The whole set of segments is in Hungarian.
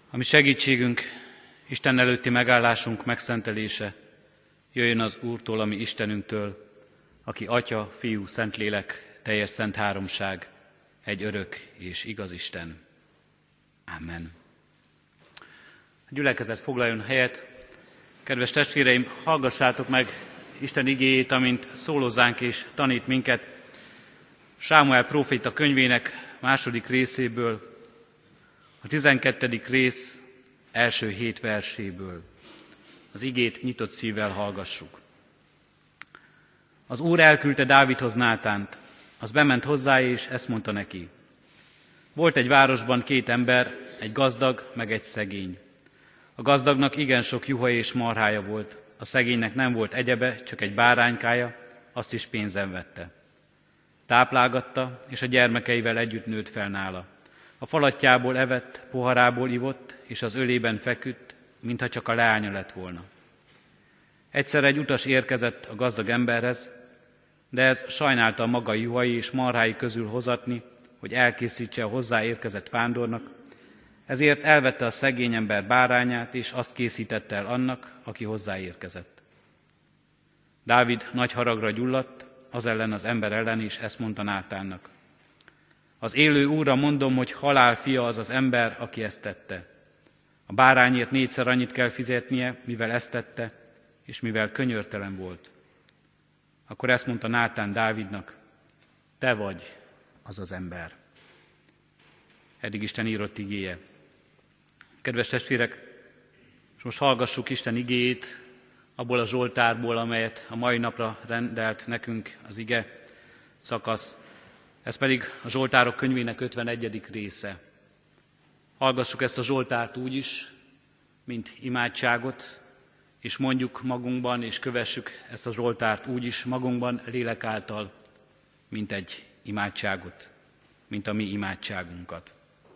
Ami segítségünk, Isten előtti megállásunk megszentelése jöjjön az Úrtól, ami Istenünktől, aki Atya, Fiú, Szentlélek, teljes szent háromság, egy örök és igaz Isten. Amen. A gyülekezet foglaljon helyet. Kedves testvéreim, hallgassátok meg Isten igéjét, amint szólózzánk és tanít minket Sámuel próféta könyvének 2. részéből, a 12. rész első 7 verséből. Az igét nyitott szívvel hallgassuk. Az Úr elküldte Dávidhoz Nátánt, az bement hozzá, és ezt mondta neki. Volt egy városban 2 ember, egy gazdag, meg egy szegény. A gazdagnak igen sok juha és marhája volt, a szegénynek nem volt egyebe, csak egy báránykája, azt is pénzen vette. Táplálgatta, és a gyermekeivel együtt nőtt fel nála. A falatjából evett, poharából ivott, és az ölében feküdt, mintha csak a leánya lett volna. Egyszer egy utas érkezett a gazdag emberhez, de ez sajnálta a maga juhai és marhái közül hozatni, hogy elkészítse a hozzáérkezett vándornak, ezért elvette a szegény ember bárányát, és azt készítette el annak, aki hozzáérkezett. Dávid nagy haragra gyulladt, az ellen az ember ellen is ezt mondta Nátánnak. Az élő Úrra mondom, hogy halál fia az az ember, aki ezt tette. A bárányért 4-szer annyit kell fizetnie, mivel ezt tette, és mivel könyörtelen volt. Akkor ezt mondta Nátán Dávidnak, te vagy az az ember. Eddig Isten írott igéje. Kedves testvérek, most hallgassuk Isten igéjét abból a Zsoltárból, amelyet a mai napra rendelt nekünk az ige szakasz. Ez pedig a Zsoltárok könyvének 51. része. Hallgassuk ezt a Zsoltárt úgy is, mint imádságot, és mondjuk magunkban, és kövessük ezt a Zsoltárt úgy is magunkban, lélek által, mint egy imádságot, mint a mi imádságunkat.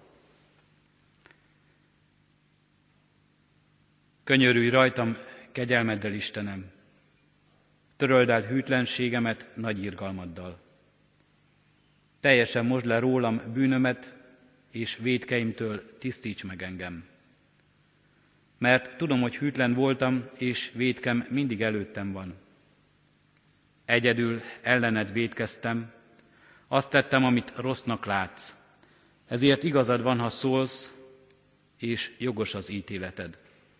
Könyörülj rajtam, kegyelmeddel, Istenem, töröld el hűtlenségemet nagy irgalmaddal. Teljesen mosd le rólam bűnömet, és vétkeimtől tisztíts meg engem. Mert tudom, hogy hűtlen voltam, és vétkem mindig előttem van. Egyedül ellened vétkeztem, azt tettem, amit rossznak látsz. Ezért igazad van, ha szólsz, és jogos az ítéleted.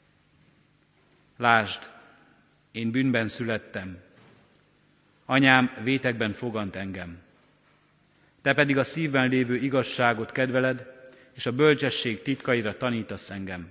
Lásd, én bűnben születtem, anyám vétekben fogant engem. Te pedig a szívben lévő igazságot kedveled, és a bölcsesség titkaira tanítasz engem.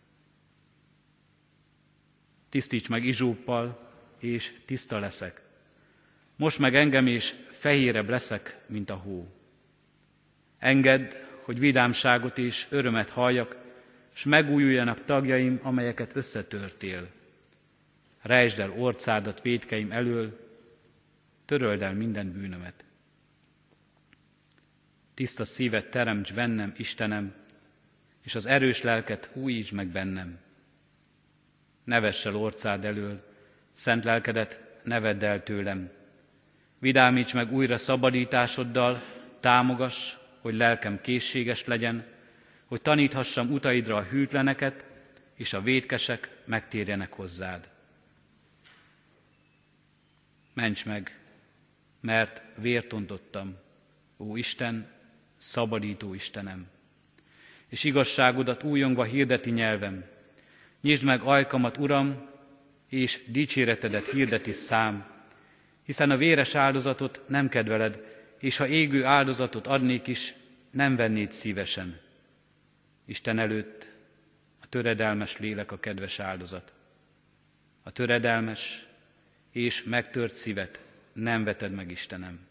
Tisztíts meg izsóppal, és tiszta leszek. Mosd meg engem, és fehérebb leszek, mint a hó. Engedd, hogy vidámságot és örömet halljak, s megújuljanak tagjaim, amelyeket összetörtél. Rejtsd el orcádat vétkeim elől, töröld el minden bűnömet. Tiszta szívet teremts bennem, Istenem, és az erős lelket újítsd meg bennem. Ne vess el orcád elől, szent lelkedet ne vedd el tőlem. Vidámíts meg újra szabadításoddal, támogass, hogy lelkem készséges legyen, hogy taníthassam utaidra a hűtleneket, és a vétkesek megtérjenek hozzád. Ments meg, mert vért ontottam, ó Isten, szabadító Istenem, és igazságodat újongva hirdeti nyelvem. Nyisd meg ajkamat, Uram, és dicséretedet hirdeti szám, hiszen a véres áldozatot nem kedveled, és ha égő áldozatot adnék is, nem vennéd szívesen. Isten előtt a töredelmes lélek a kedves áldozat. A töredelmes és megtört szívet nem veted meg, Istenem.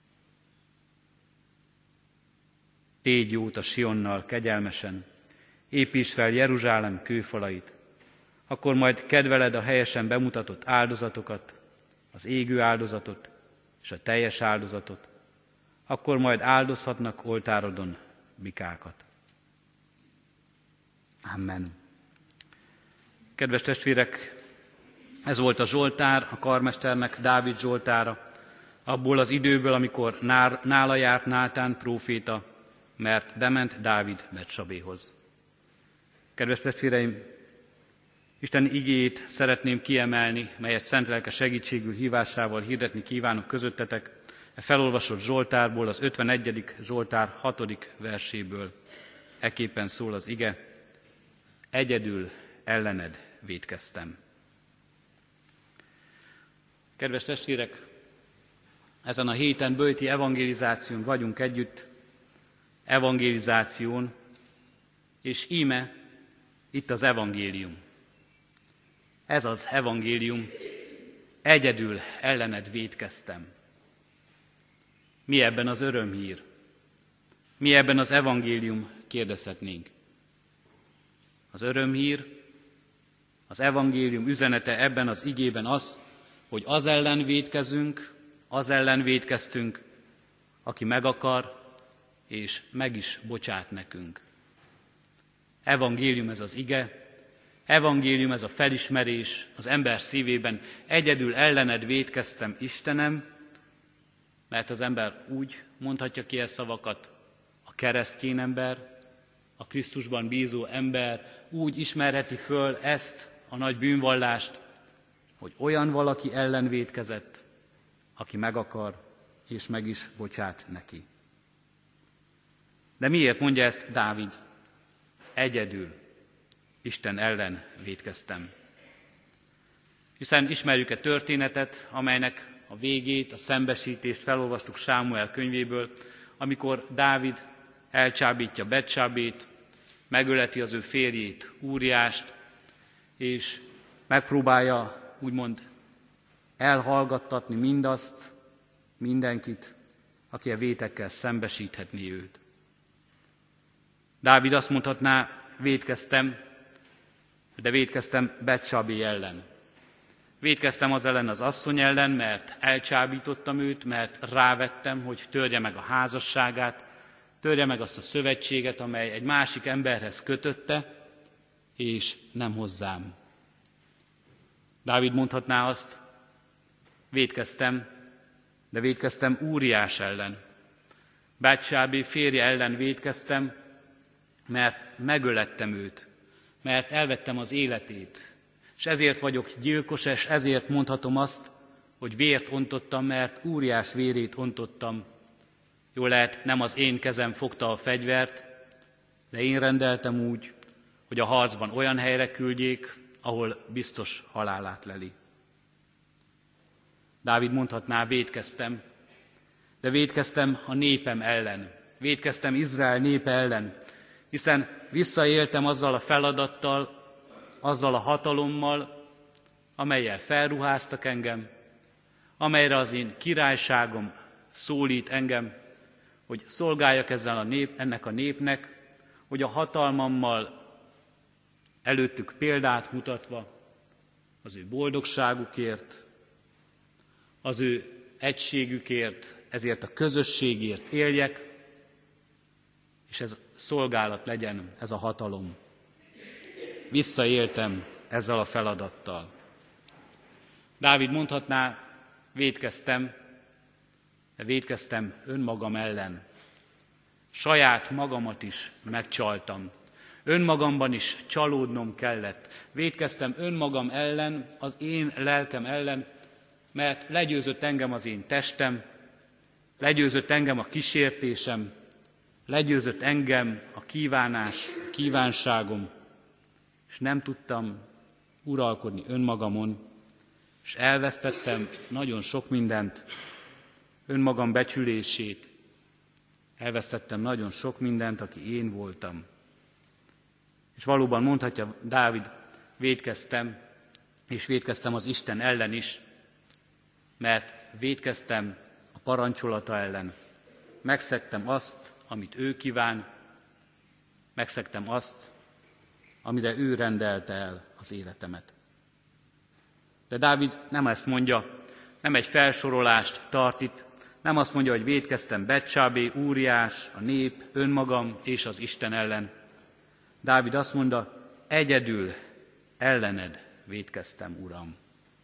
Tégy jót a Sionnal kegyelmesen, építs fel Jeruzsálem kőfalait, akkor majd kedveled a helyesen bemutatott áldozatokat, az égő áldozatot és a teljes áldozatot, akkor majd áldozhatnak oltárodon bikákat. Amen. Kedves testvérek, ez volt a Zsoltár, a karmesternek Dávid Zsoltára, abból az időből, amikor nála járt Nátán próféta, mert bement Dávid Betsabéhoz. Kedves testvéreim, Isten igéjét szeretném kiemelni, melyet szent lelke segítségül hívásával hirdetni kívánok közöttetek, a felolvasott Zsoltárból, az 51. Zsoltár 6. verséből. Ekképpen szól az ige: egyedül ellened vétkeztem. Kedves testvérek, ezen a héten böjti evangelizáción vagyunk együtt, evangelizáción, és íme itt az evangélium. Ez az evangélium, egyedül ellened vétkeztem. Mi ebben az örömhír? Mi ebben az evangélium, kérdezhetnénk. Az örömhír, az evangélium üzenete ebben az igében az, hogy az ellen vétkeztünk, aki meg akar, és meg is bocsát nekünk. Evangélium ez az ige, evangélium ez a felismerés az ember szívében: egyedül ellened vétkeztem, Istenem, mert az ember úgy mondhatja ki ezt szavakat, a keresztény ember, a Krisztusban bízó ember úgy ismerheti föl ezt a nagy bűnvallást, hogy olyan valaki ellen vétkezett, aki meg akar, és meg is bocsát neki. De miért mondja ezt Dávid? Egyedül Isten ellen vétkeztem. Hiszen ismerjük-e történetet, amelynek a végét, a szembesítést felolvastuk Sámuel könyvéből, amikor Dávid elcsábítja Betsábét, megöleti az ő férjét, Úriást, és megpróbálja úgymond elhallgattatni mindazt, mindenkit, aki a vétekkel szembesíthetné őt. Dávid azt mondhatná, vétkeztem, de vétkeztem Betsabé ellen. Vétkeztem az ellen, az asszony ellen, mert elcsábítottam őt, mert rávettem, hogy törje meg a házasságát, törje meg azt a szövetséget, amely egy másik emberhez kötötte, és nem hozzám. Dávid mondhatná azt, vétkeztem, de vétkeztem Úriás ellen. Betsábé férje ellen vétkeztem, mert megölettem őt, mert elvettem az életét, és ezért vagyok gyilkos, és ezért mondhatom azt, hogy vért ontottam, mert Úriás vérét ontottam. Jól lehet, nem az én kezem fogta a fegyvert, de én rendeltem úgy, hogy a harcban olyan helyre küldjék, ahol biztos halálát leli. Dávid mondhatná, vétkeztem, de vétkeztem a népem ellen, vétkeztem Izrael népe ellen, hiszen visszaéltem azzal a feladattal, azzal a hatalommal, amellyel felruháztak engem, amelyre az én királyságom szólít engem, hogy szolgáljak ennek a népnek, hogy a hatalmammal előttük példát mutatva az ő boldogságukért, az ő egységükért, ezért a közösségért éljek, és ez szolgálat legyen, ez a hatalom. Visszaéltem ezzel a feladattal. Dávid mondhatná, vétkeztem, de vétkeztem önmagam ellen. Saját magamat is megcsaltam. Önmagamban is csalódnom kellett. Vétkeztem önmagam ellen, az én lelkem ellen, mert legyőzött engem az én testem, legyőzött engem a kísértésem, legyőzött engem a kívánságom, és nem tudtam uralkodni önmagamon, és elvesztettem nagyon sok mindent, önmagam becsülését, elvesztettem nagyon sok mindent, aki én voltam. És valóban mondhatja Dávid, vétkeztem, és vétkeztem az Isten ellen is, mert vétkeztem a parancsolata ellen. Megszegtem azt, amit ő kíván, megszegtem azt, amire ő rendelte el az életemet. De Dávid nem ezt mondja, nem egy felsorolást tart itt, nem azt mondja, hogy vétkeztem Betsábé, Úriás, a nép, önmagam és az Isten ellen. Dávid azt mondja, egyedül ellened vétkeztem, Uram.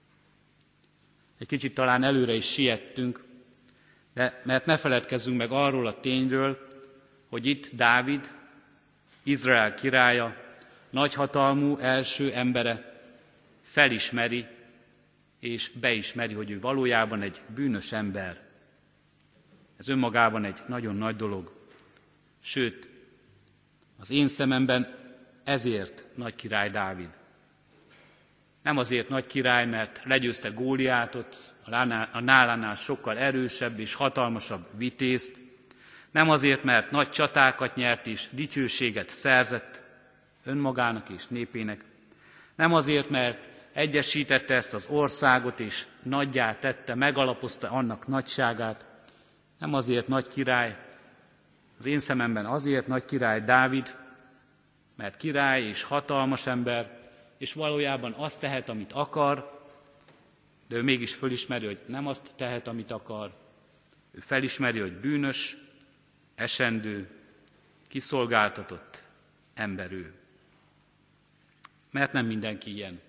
Egy kicsit talán előre is siettünk, de mert ne feledkezzünk meg arról a tényről, hogy itt Dávid, Izrael királya, nagyhatalmú első embere felismeri és beismeri, hogy ő valójában egy bűnös ember. Ez önmagában egy nagyon nagy dolog. Sőt, az én szememben ezért nagy király Dávid. Nem azért nagy király, mert legyőzte Góliátot, a nálánál sokkal erősebb és hatalmasabb vitézt, nem azért, mert nagy csatákat nyert és dicsőséget szerzett önmagának és népének, nem azért, mert egyesítette ezt az országot és nagyjá tette, megalapozta annak nagyságát, nem azért nagy király, az én szememben azért nagy király Dávid, mert király és hatalmas ember, és valójában azt tehet, amit akar, de ő mégis fölismeri, hogy nem azt tehet, amit akar. Ő felismeri, hogy bűnös, esendő, kiszolgáltatott ember ő. Mert nem mindenki ilyen.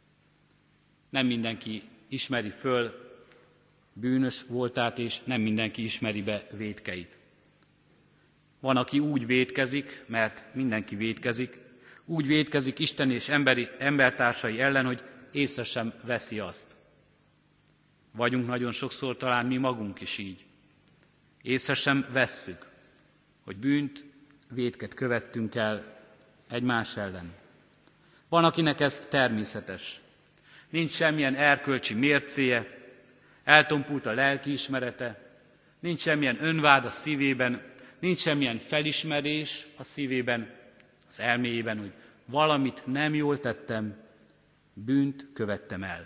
Nem mindenki ismeri föl bűnös voltát, és nem mindenki ismeri be vétkeit. Van, aki úgy vétkezik, mert mindenki vétkezik, úgy vétkezik Isten és embertársai ellen, hogy észre sem veszi azt. Vagyunk nagyon sokszor talán mi magunk is így. Észre sem vesszük, hogy bűnt, vétket követtünk el egymás ellen. Van, akinek ez természetes. Nincs semmilyen erkölcsi mércéje, eltompult a lelkiismerete, nincs semmilyen önvád a szívében, nincs semmilyen felismerés a szívében, az elméjében, hogy valamit nem jól tettem, bűnt követtem el.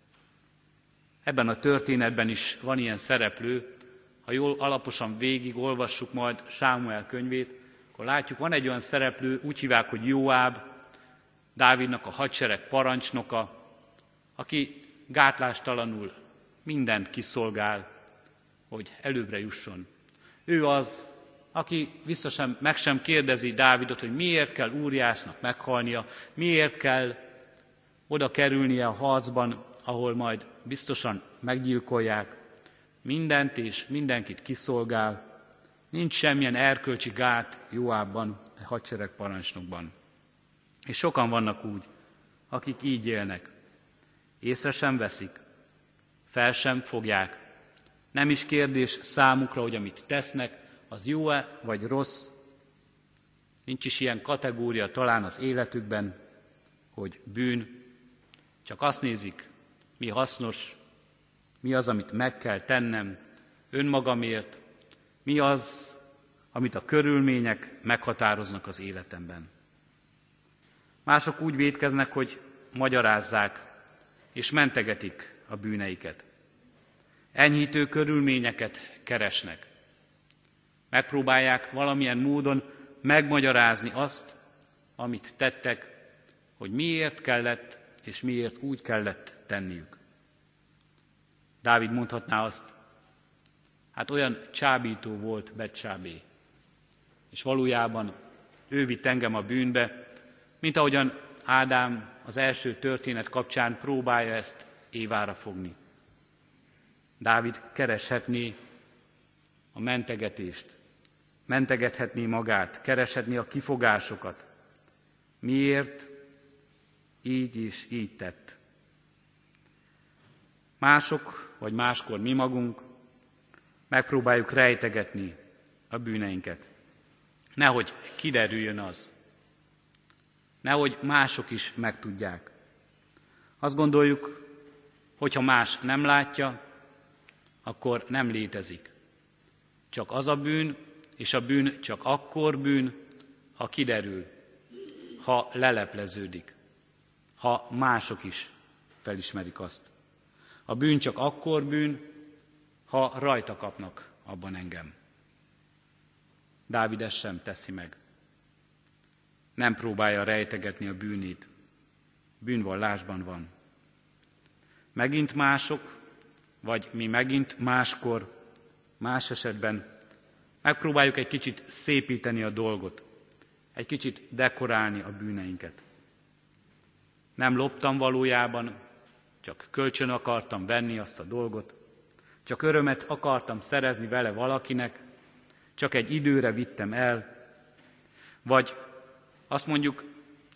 Ebben a történetben is van ilyen szereplő, ha jól alaposan végig olvassuk majd Sámuel könyvét, akkor látjuk, van egy olyan szereplő, úgy hívják, hogy Jóáb, Dávidnak a hadsereg parancsnoka, aki gátlástalanul mindent kiszolgál, hogy előbbre jusson. Ő az, aki meg sem kérdezi Dávidot, hogy miért kell Úriásnak meghalnia, miért kell oda kerülnie a harcban, ahol majd biztosan meggyilkolják. Mindent és mindenkit kiszolgál. Nincs semmilyen erkölcsi gát Jóábban, a hadsereg parancsnokban. És sokan vannak úgy, akik így élnek. Észre sem veszik, fel sem fogják. Nem is kérdés számukra, hogy amit tesznek, az jó-e vagy rossz. Nincs is ilyen kategória talán az életükben, hogy bűn. Csak azt nézik, mi hasznos, mi az, amit meg kell tennem önmagamért, mi az, amit a körülmények meghatároznak az életemben. Mások úgy vétkeznek, hogy magyarázzák és mentegetik a bűneiket. Enyhítő körülményeket keresnek. Megpróbálják valamilyen módon megmagyarázni azt, amit tettek, hogy miért kellett és miért úgy kellett tenniük. Dávid mondhatná azt, hát olyan csábító volt Betsábé, és valójában ő vitt engem a bűnbe, mint ahogyan Ádám az első történet kapcsán próbálja ezt Évára fogni. Dávid kereshetné a mentegetést, mentegethetné magát, kereshetné a kifogásokat. Miért így és így tett? Mások, vagy máskor mi magunk megpróbáljuk rejtegetni a bűneinket. Nehogy kiderüljön az. Nehogy mások is megtudják. Azt gondoljuk, hogyha más nem látja, akkor nem létezik. Csak az a bűn, és a bűn csak akkor bűn, ha kiderül, ha lelepleződik, ha mások is felismerik azt. A bűn csak akkor bűn, ha rajta kapnak abban engem. Dávid ezt sem teszi meg. Nem próbálja rejtegetni a bűnét. Bűnvallásban van. Megint mások, vagy mi megint máskor, más esetben megpróbáljuk egy kicsit szépíteni a dolgot, egy kicsit dekorálni a bűneinket. Nem loptam valójában, csak kölcsön akartam venni azt a dolgot, csak örömet akartam szerezni vele valakinek, csak egy időre vittem el, vagy azt mondjuk,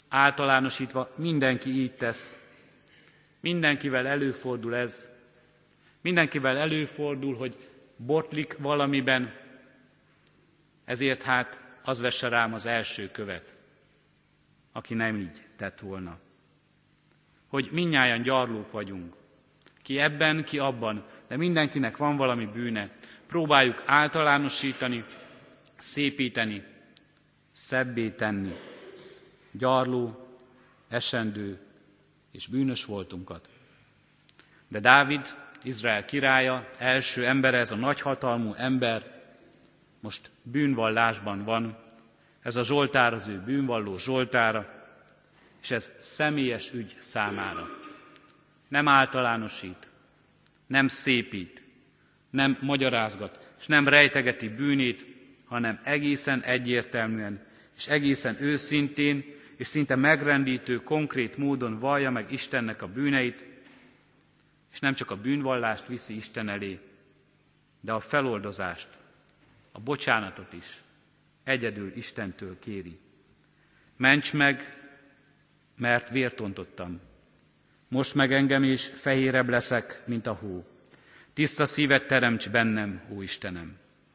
általánosítva mindenki így tesz. Mindenkivel előfordul ez. Mindenkivel előfordul, hogy botlik valamiben, ezért hát az vesse rám az első követ, aki nem így tett volna. Hogy mindnyájan gyarlók vagyunk. Ki ebben, ki abban, de mindenkinek van valami bűne. Próbáljuk általánosítani, szépíteni, szebbé tenni. Gyarló, esendő és bűnös voltunkat. De Dávid, Izrael királya, első ember, ez a nagyhatalmú ember, most bűnvallásban van. Ez a Zsoltár az ő bűnvalló Zsoltára, és ez személyes ügy számára. Nem általánosít, nem szépít, nem magyarázgat, és nem rejtegeti bűnét, hanem egészen egyértelműen, és egészen őszintén, és szinte megrendítő, konkrét módon vallja meg Istennek a bűneit, és nem csak a bűnvallást viszi Isten elé, de a feloldozást, a bocsánatot is egyedül Istentől kéri. Ments meg, mert vért ontottam. Most meg engem, és fehérebb leszek, mint a hó. Tiszta szívet teremts bennem, ó Istenem.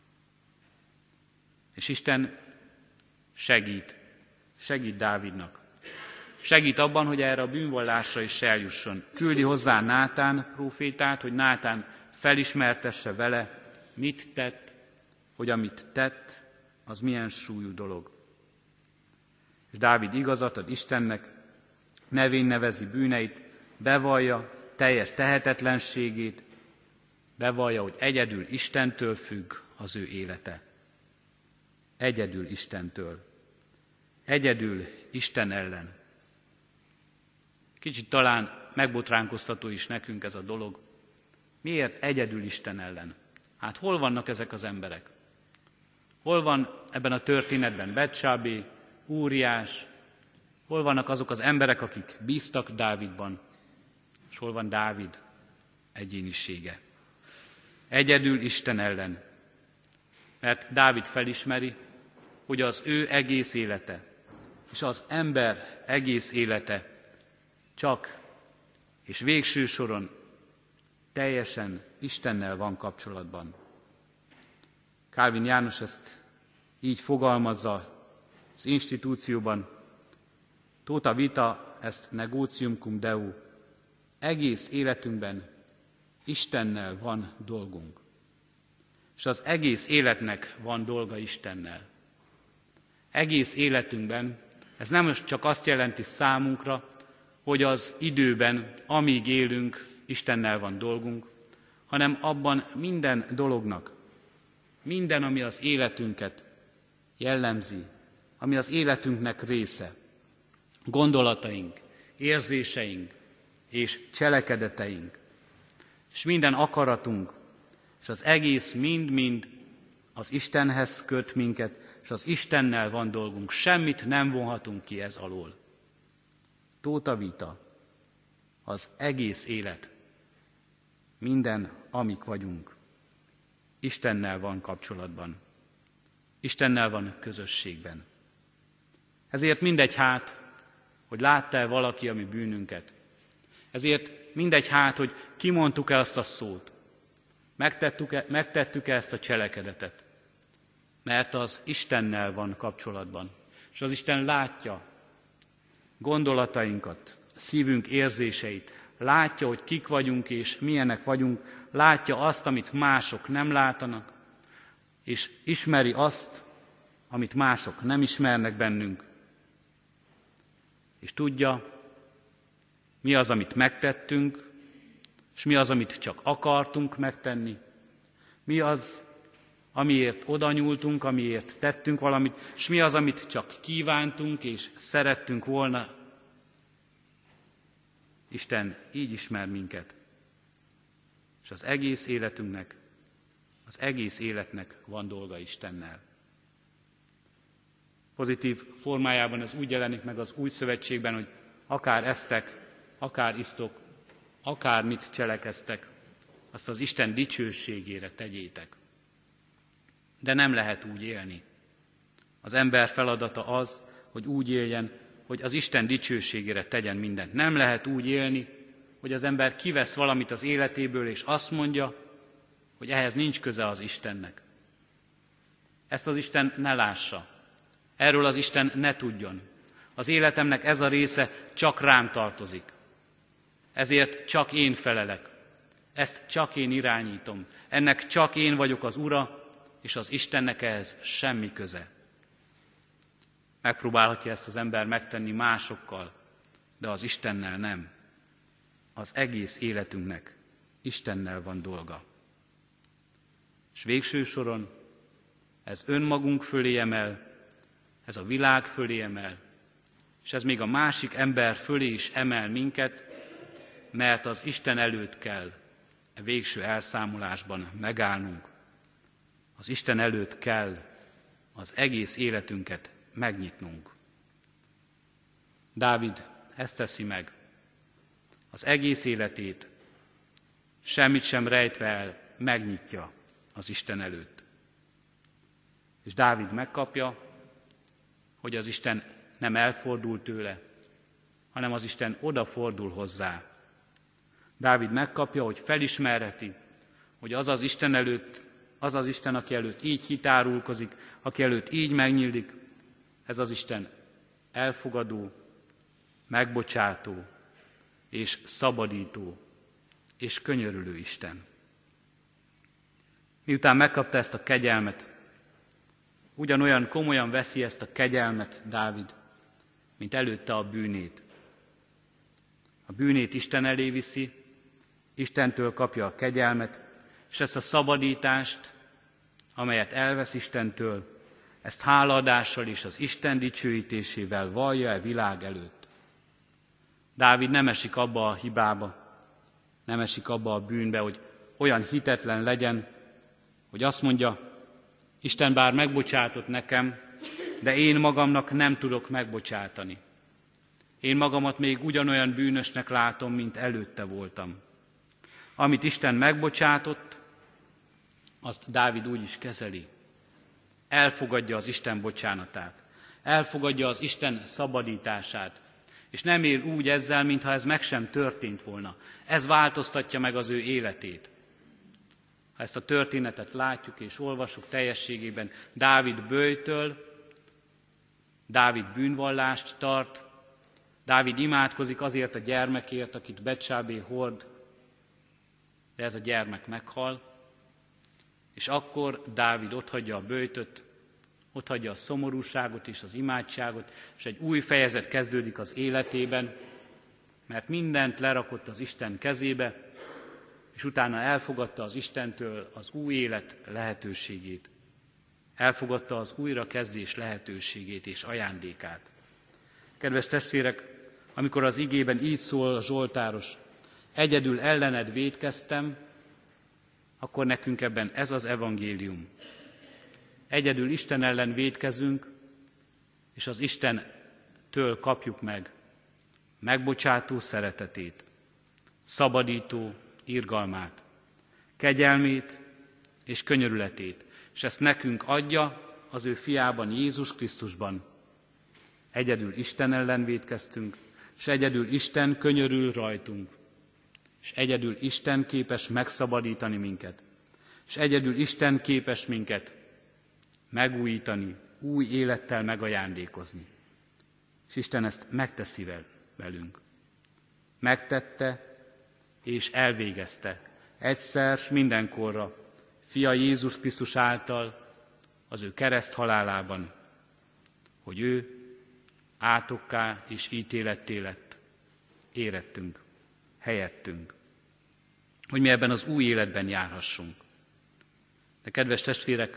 És Isten segít Dávidnak. Segít abban, hogy erre a bűnvallásra is eljusson. Küldi hozzá Nátán prófétát, hogy Nátán felismertesse vele, mit tett, hogy amit tett, az milyen súlyú dolog. És Dávid igazat ad Istennek, nevén nevezi bűneit, bevallja teljes tehetetlenségét, bevallja, hogy egyedül Istentől függ az ő élete. Egyedül Istentől. Egyedül Isten ellen. Kicsit talán megbotránkoztató is nekünk ez a dolog. Miért egyedül Isten ellen? Hát hol vannak ezek az emberek? Hol van ebben a történetben Betsábé, Úriás? Hol vannak azok az emberek, akik bíztak Dávidban? És hol van Dávid egyénisége? Egyedül Isten ellen. Mert Dávid felismeri, hogy az ő egész élete, és az ember egész élete csak és végső soron teljesen Istennel van kapcsolatban. Kálvin János ezt így fogalmazza az institúcióban, tota vita est negotium cum Deo. Egész életünkben Istennel van dolgunk. És az egész életnek van dolga Istennel. Egész életünkben ez nem csak azt jelenti számunkra, hogy az időben, amíg élünk, Istennel van dolgunk, hanem abban minden dolognak, minden, ami az életünket jellemzi, ami az életünknek része, gondolataink, érzéseink és cselekedeteink, és minden akaratunk, és az egész mind-mind az Istenhez köt minket, és az Istennel van dolgunk. Semmit nem vonhatunk ki ez alól. Tóta vita, az egész élet, minden, amik vagyunk, Istennel van kapcsolatban. Istennel van közösségben. Ezért mindegy hát, hogy látta-e valaki a mi bűnünket. Ezért mindegy hát, hogy kimondtuk-e azt a szót. Megtettük-e ezt a cselekedetet. Mert az Istennel van kapcsolatban. És az Isten látja gondolatainkat, szívünk érzéseit. Látja, hogy kik vagyunk és milyenek vagyunk. Látja azt, amit mások nem látanak. És ismeri azt, amit mások nem ismernek bennünk. És tudja, mi az, amit megtettünk, és mi az, amit csak akartunk megtenni. Mi az, amiért odanyúltunk, amiért tettünk valamit, és mi az, amit csak kívántunk és szerettünk volna. Isten így ismer minket. És az egész életünknek, az egész életnek van dolga Istennel. Pozitív formájában ez úgy jelenik meg az Új Szövetségben, hogy akár esztek, akár isztok, akár mit cselekeztek, azt az Isten dicsőségére tegyétek. De nem lehet úgy élni. Az ember feladata az, hogy úgy éljen, hogy az Isten dicsőségére tegyen mindent. Nem lehet úgy élni, hogy az ember kivesz valamit az életéből, és azt mondja, hogy ehhez nincs köze az Istennek. Ezt az Isten ne lássa. Erről az Isten ne tudjon. Az életemnek ez a része csak rám tartozik. Ezért csak én felelek. Ezt csak én irányítom. Ennek csak én vagyok az ura, és az Istennek ehhez semmi köze. Megpróbálhatja ezt az ember megtenni másokkal, de az Istennel nem. Az egész életünknek Istennel van dolga. És végső soron ez önmagunk fölé emel, ez a világ fölé emel, és ez még a másik ember fölé is emel minket, mert az Isten előtt kell a végső elszámolásban megállnunk. Az Isten előtt kell az egész életünket megnyitnunk. Dávid ezt teszi meg. Az egész életét semmit sem rejtve el, megnyitja az Isten előtt. És Dávid megkapja, hogy az Isten nem elfordul tőle, hanem az Isten odafordul hozzá. Dávid megkapja, hogy felismerheti, hogy az az Isten, aki előtt így hitárulkozik, aki előtt így megnyílik, ez az Isten elfogadó, megbocsátó és szabadító és könyörülő Isten. Miután megkapta ezt a kegyelmet, ugyanolyan komolyan veszi ezt a kegyelmet Dávid, mint előtte a bűnét. A bűnét Isten elé viszi, Istentől kapja a kegyelmet, és ezt a szabadítást, amelyet elvesz Istentől, ezt hálaadással és az Isten dicsőítésével vallja a világ előtt. Dávid nem esik abba a hibába, nem esik abba a bűnbe, hogy olyan hitetlen legyen, hogy azt mondja, Isten bár megbocsátott nekem, de én magamnak nem tudok megbocsátani. Én magamat még ugyanolyan bűnösnek látom, mint előtte voltam. Amit Isten megbocsátott, azt Dávid úgy is kezeli. Elfogadja az Isten bocsánatát, elfogadja az Isten szabadítását, és nem él úgy ezzel, mintha ez meg sem történt volna. Ez változtatja meg az ő életét. Ha ezt a történetet látjuk és olvasjuk teljességében, Dávid böjtöl, Dávid bűnvallást tart, Dávid imádkozik azért a gyermekért, akit Betsábé hord, de ez a gyermek meghal, és akkor Dávid otthagyja a böjtöt, otthagyja a szomorúságot és az imádságot, és egy új fejezet kezdődik az életében, mert mindent lerakott az Isten kezébe, és utána elfogadta az Istentől az új élet lehetőségét. Elfogadta az újrakezdés lehetőségét és ajándékát. Kedves testvérek, amikor az igében így szól a zsoltáros, egyedül ellened vétkeztem, akkor nekünk ebben ez az evangélium. Egyedül Isten ellen vétkezünk, és az Istentől kapjuk meg megbocsátó szeretetét, szabadító irgalmát, kegyelmét és könyörületét, és ezt nekünk adja az ő fiában, Jézus Krisztusban. Egyedül Isten ellen vétkeztünk, és egyedül Isten könyörül rajtunk, és egyedül Isten képes megszabadítani minket, és egyedül Isten képes minket megújítani, új élettel megajándékozni. És Isten ezt megteszi velünk. Megtette és elvégezte egyszer s mindenkorra Fia Jézus Krisztus által az ő kereszt halálában, hogy ő átokká és ítéletté lett, érettünk, helyettünk, hogy mi ebben az új életben járhassunk. De kedves testvérek,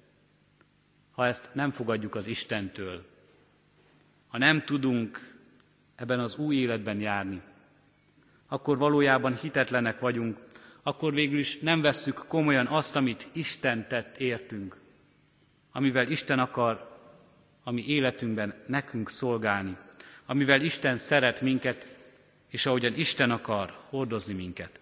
ha ezt nem fogadjuk az Istentől, ha nem tudunk ebben az új életben járni, akkor valójában hitetlenek vagyunk, akkor végül is nem vesszük komolyan azt, amit Isten tett értünk, amivel Isten akar a mi életünkben nekünk szolgálni, amivel Isten szeret minket, és ahogyan Isten akar hordozni minket.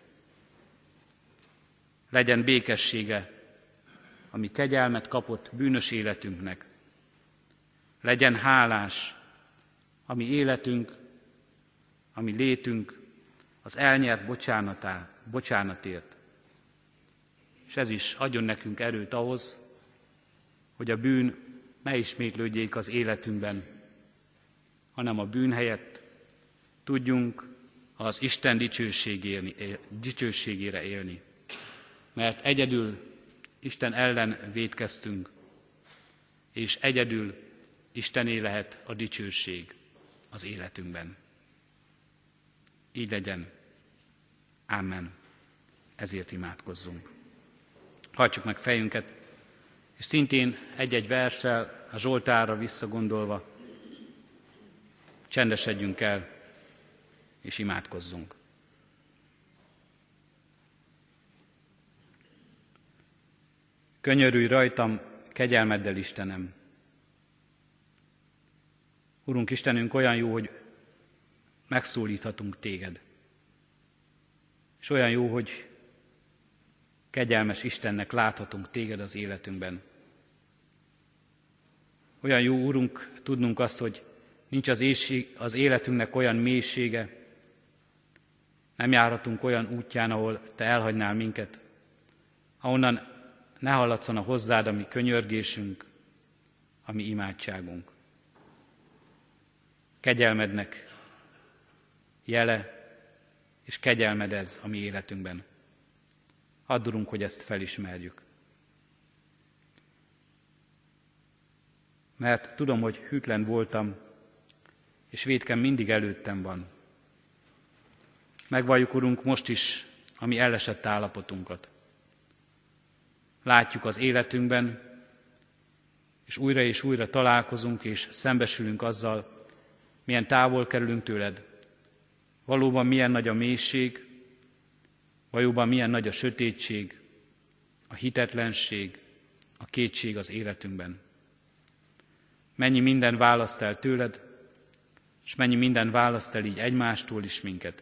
Legyen békessége, ami kegyelmet kapott bűnös életünknek. Legyen hálás, a mi életünk, a mi létünk az elnyert bocsánatért. És ez is adjon nekünk erőt ahhoz, hogy a bűn ne ismétlődjék az életünkben, hanem a bűn helyett tudjunk az Isten dicsőségére élni. Mert egyedül Isten ellen vétkeztünk, és egyedül Istené lehet a dicsőség az életünkben. Így legyen. Amen. Ezért imádkozzunk. Hajtsuk meg fejünket, és szintén egy-egy verssel a Zsoltárra visszagondolva csendesedjünk el, és imádkozzunk. Könyörülj rajtam, kegyelmeddel, Istenem! Urunk Istenünk, olyan jó, hogy megszólíthatunk téged. És olyan jó, hogy kegyelmes Istennek láthatunk téged az életünkben. Olyan jó, Urunk, tudnunk azt, hogy nincs az életünknek olyan mélysége, nem járhatunk olyan útján, ahol te elhagynál minket, ahonnan ne hallatszana hozzád a mi könyörgésünk, a mi imádságunk. Kegyelmednek jele, és kegyelmed ez a mi életünkben. Add, Urunk, hogy ezt felismerjük. Mert tudom, hogy hűtlen voltam, és vétkem mindig előttem van. Megvalljuk, Urunk, most is a mi elesett állapotunkat. Látjuk az életünkben, és újra találkozunk, és szembesülünk azzal, milyen távol kerülünk tőled. Valóban milyen nagy a mélység, valóban milyen nagy a sötétség, a hitetlenség, a kétség az életünkben. Mennyi minden választ el tőled, és mennyi minden választ el így egymástól is minket.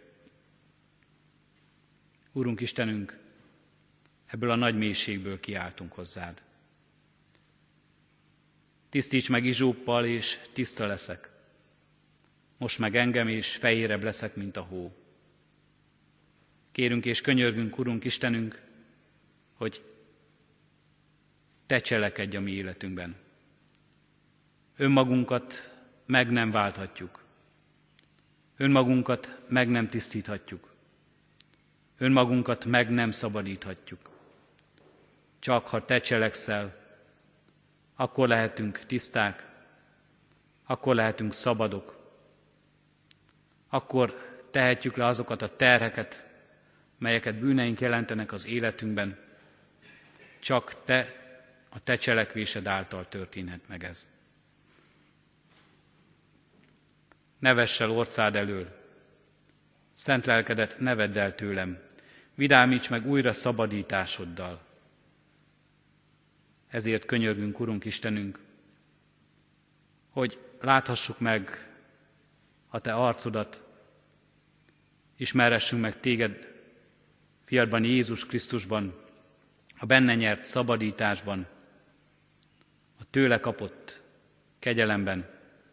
Úrunk Istenünk, ebből a nagy mélységből kiáltunk hozzád. Tisztíts meg Izsóppal, és tiszta leszek. Most meg engem, és fehérebb leszek, mint a hó. Kérünk és könyörgünk, Urunk Istenünk, hogy te cselekedj a mi életünkben. Önmagunkat meg nem válthatjuk. Önmagunkat meg nem tisztíthatjuk. Önmagunkat meg nem szabadíthatjuk. Csak ha te cselekszel, akkor lehetünk tiszták, akkor lehetünk szabadok, akkor tehetjük le azokat a terheket, melyeket bűneink jelentenek az életünkben. Csak a te cselekvésed által történhet meg ez. Ne vess el orcád elől, szent lelkedet ne vedd el tőlem, vidámíts meg újra szabadításoddal. Ezért könyörgünk, Urunk Istenünk, hogy láthassuk meg a te arcodat, ismerhessünk meg téged, fiadban, Jézus Krisztusban, a benne nyert szabadításban, a tőle kapott kegyelemben,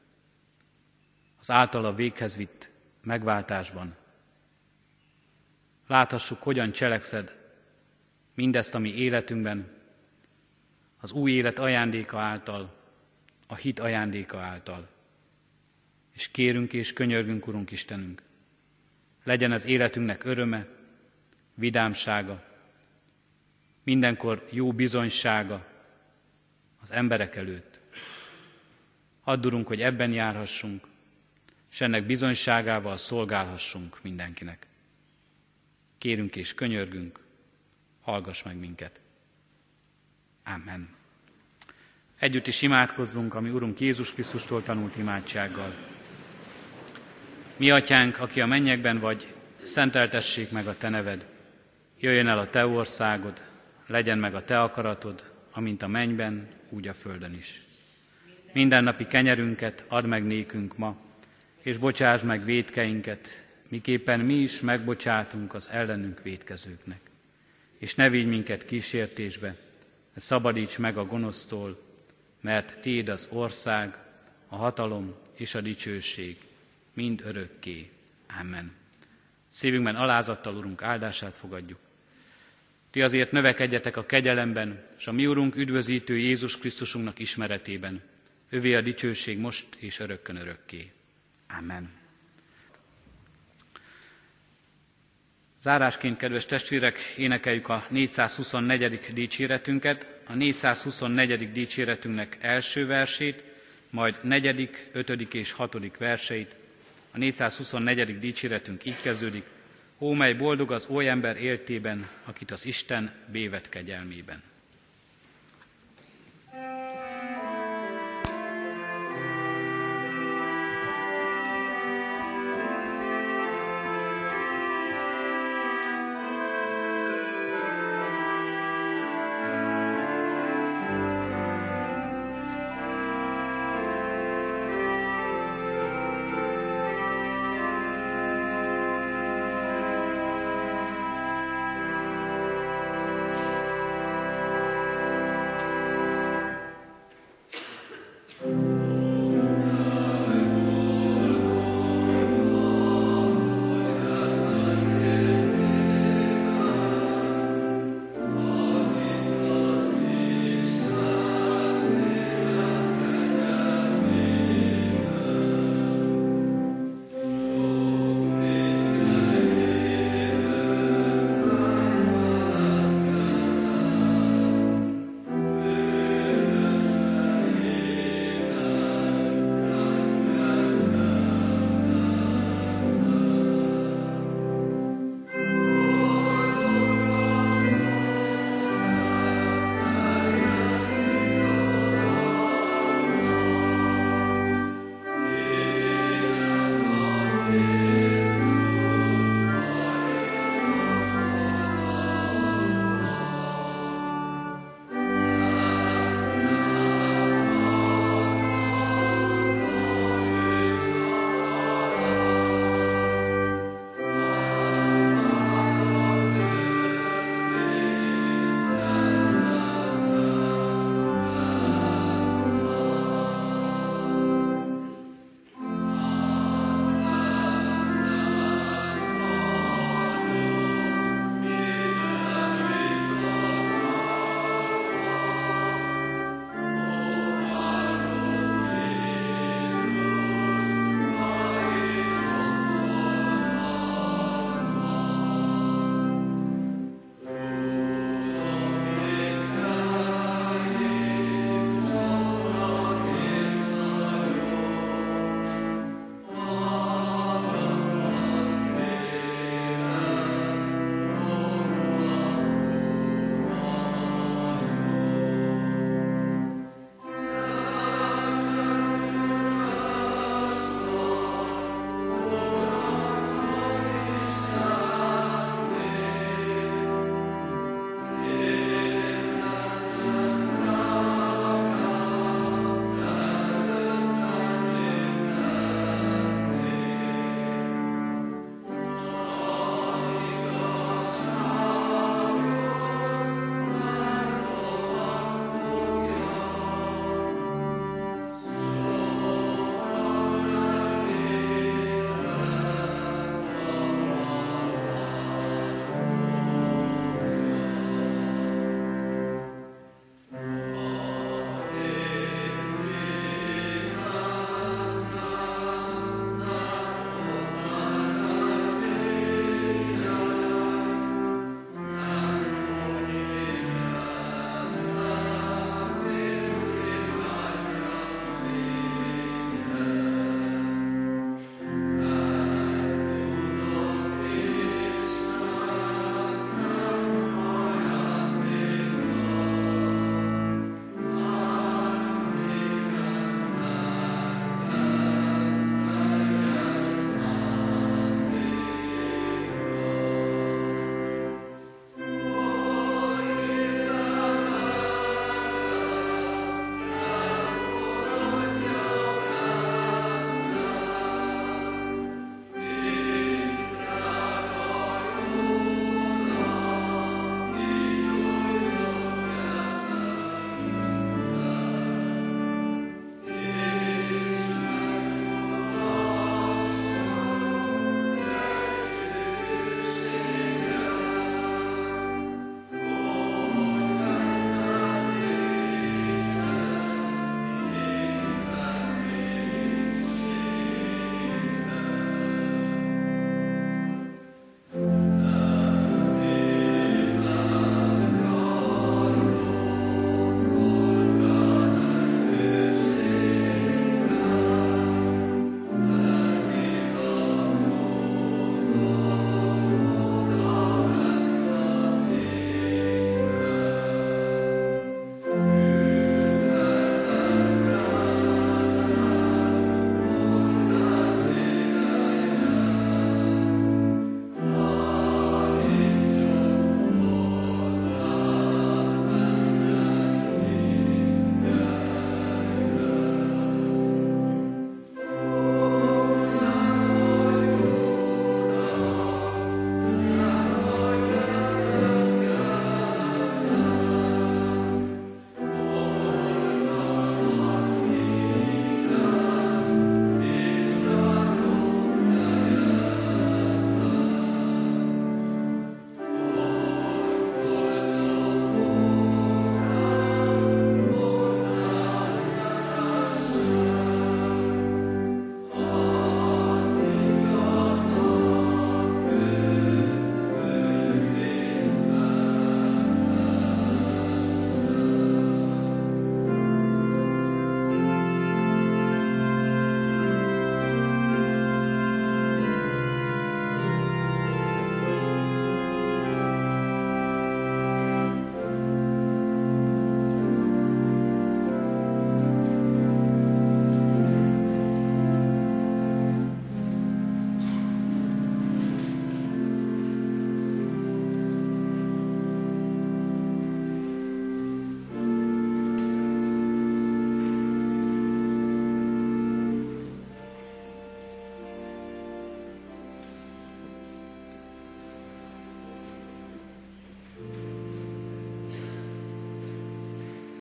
az általa véghez vitt megváltásban. Láthassuk, hogyan cselekszed mindezt a mi életünkben, az új élet ajándéka által, a hit ajándéka által. És kérünk és könyörgünk, Urunk Istenünk, legyen az életünknek öröme, vidámsága, mindenkor jó bizonysága az emberek előtt. Add, Urunk, hogy ebben járhassunk, és ennek bizonyságával szolgálhassunk mindenkinek. Kérünk és könyörgünk, hallgass meg minket. Amen. Együtt is imádkozzunk a mi Urunk Jézus Krisztustól tanult imádsággal. Mi Atyánk, aki a mennyekben vagy, szenteltessék meg a te neved. Jöjjön el a te országod, legyen meg a te akaratod, amint a mennyben, úgy a földön is. Mindennapi kenyerünket add meg nékünk ma, és bocsásd meg vétkeinket, miképpen mi is megbocsátunk az ellenünk vétkezőknek. És ne vigy minket kísértésbe, de szabadíts meg a gonosztól, mert tiéd az ország, a hatalom és a dicsőség, mind örökké. Amen. Szívünkben alázattal Urunk áldását fogadjuk. Ti azért növekedjetek a kegyelemben, és a mi Urunk üdvözítő Jézus Krisztusunknak ismeretében. Övé a dicsőség most és örökkön örökké. Amen. Zárásként, kedves testvérek, énekeljük a 424. dicséretünket, a 424. dicséretünknek első versét, majd 4., 5. és 6. verseit. A 424. dicséretünk így kezdődik: Ó, mely boldog az oly ember éltében, akit az Isten bévet kegyelmében.